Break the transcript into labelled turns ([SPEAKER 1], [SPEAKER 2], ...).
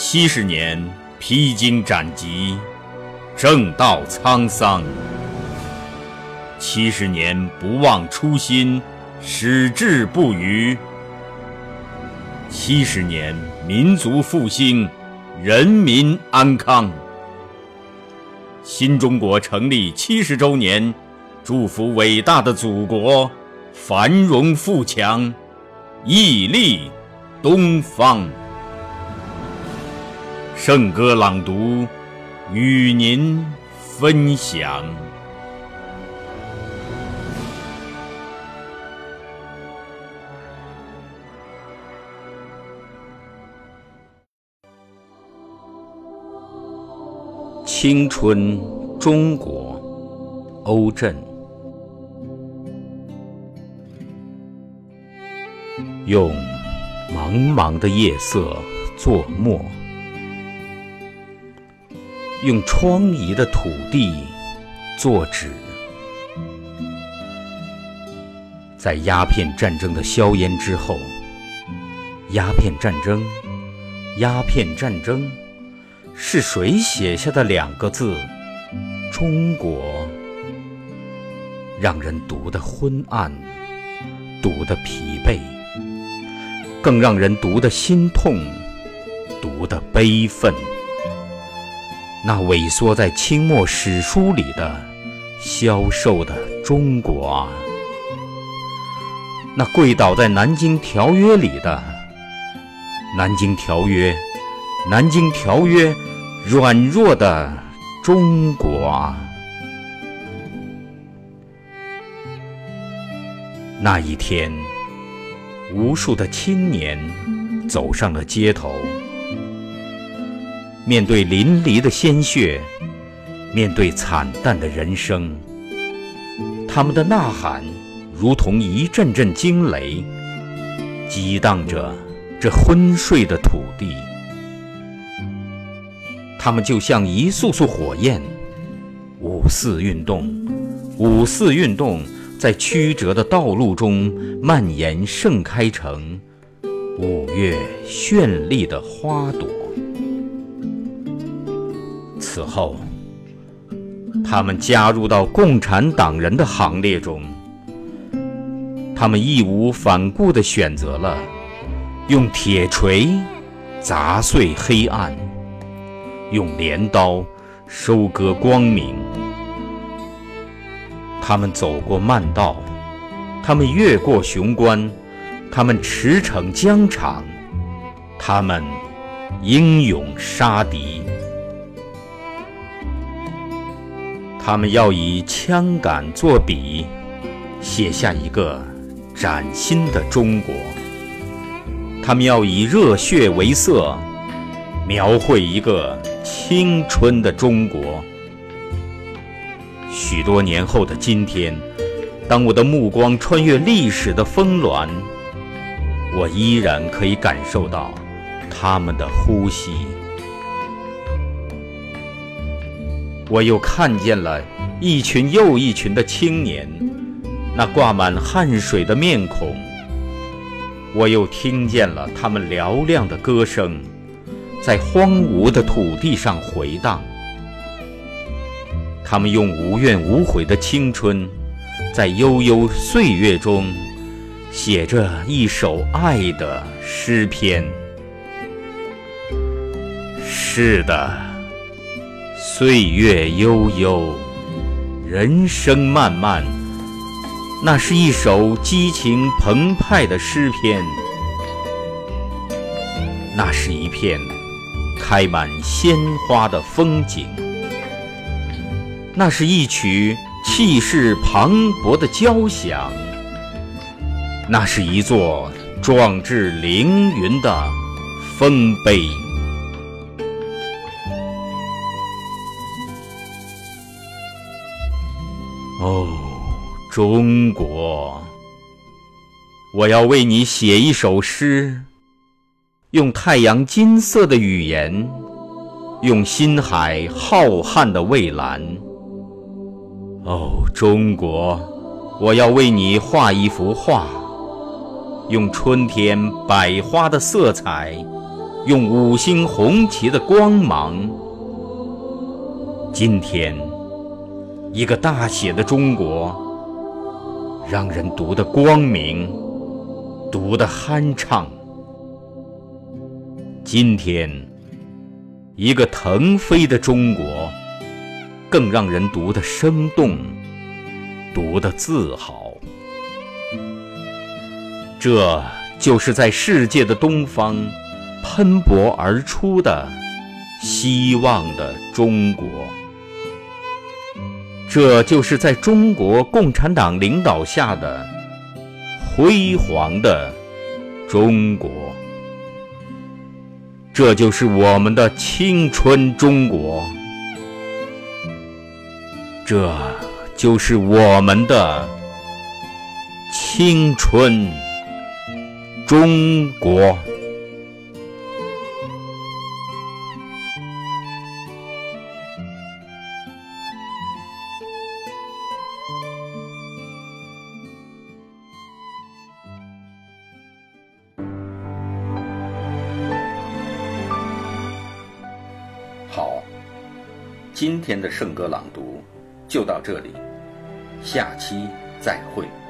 [SPEAKER 1] 70年披荆斩棘，正道沧桑；70年不忘初心，矢志不渝；70年民族复兴，人民安康。新中国成立70周年，祝福伟大的祖国繁荣富强，屹立东方。圣歌朗读，与您分享。青春中国，欧震。用茫茫的夜色作墨，用疮痍的土地作纸。在鸦片战争的硝烟之后，鸦片战争，鸦片战争，是谁写下的2个字“中国”？让人读得昏暗，读得疲惫，更让人读得心痛，读得悲愤。那萎缩在清末史书里的消瘦的中国啊，那跪倒在南京条约里的南京条约软弱的中国啊。那一天，无数的青年走上了街头，面对淋漓的鲜血，面对惨淡的人生，他们的呐喊如同一阵阵惊雷，激荡着这昏睡的土地。他们就像一束束火焰，五四运动在曲折的道路中蔓延盛开成5月绚丽的花朵。此后，他们加入到共产党人的行列中，他们义无反顾地选择了用铁锤砸碎黑暗，用镰刀收割光明。他们走过慢道，他们越过雄关，他们驰骋疆场，他们英勇杀敌。他们要以枪杆作笔，写下一个崭新的中国。他们要以热血为色，描绘一个青春的中国。许多年后的今天，当我的目光穿越历史的峰峦，我依然可以感受到他们的呼吸。我又看见了一群又一群的青年，那挂满汗水的面孔。我又听见了他们嘹亮的歌声，在荒芜的土地上回荡。他们用无怨无悔的青春，在悠悠岁月中写着一首爱的诗篇。是的，岁月悠悠，人生漫漫，那是一首激情澎湃的诗篇，那是一片开满鲜花的风景，那是一曲气势磅礴的交响，那是一座壮志凌云的丰碑。哦，中国，我要为你写一首诗，用太阳金色的语言，用心海浩瀚的蔚蓝。哦，中国，我要为你画一幅画，用春天百花的色彩， 用五星红旗的光芒。今天，一个大写的中国，让人读得光明，读得酣畅。今天，一个腾飞的中国，更让人读得生动，读得自豪。这就是在世界的东方喷薄而出的希望的中国，这就是在中国共产党领导下的辉煌的中国，这就是我们的青春中国，这就是我们的青春中国。好，今天的圣歌朗读就到这里，下期再会。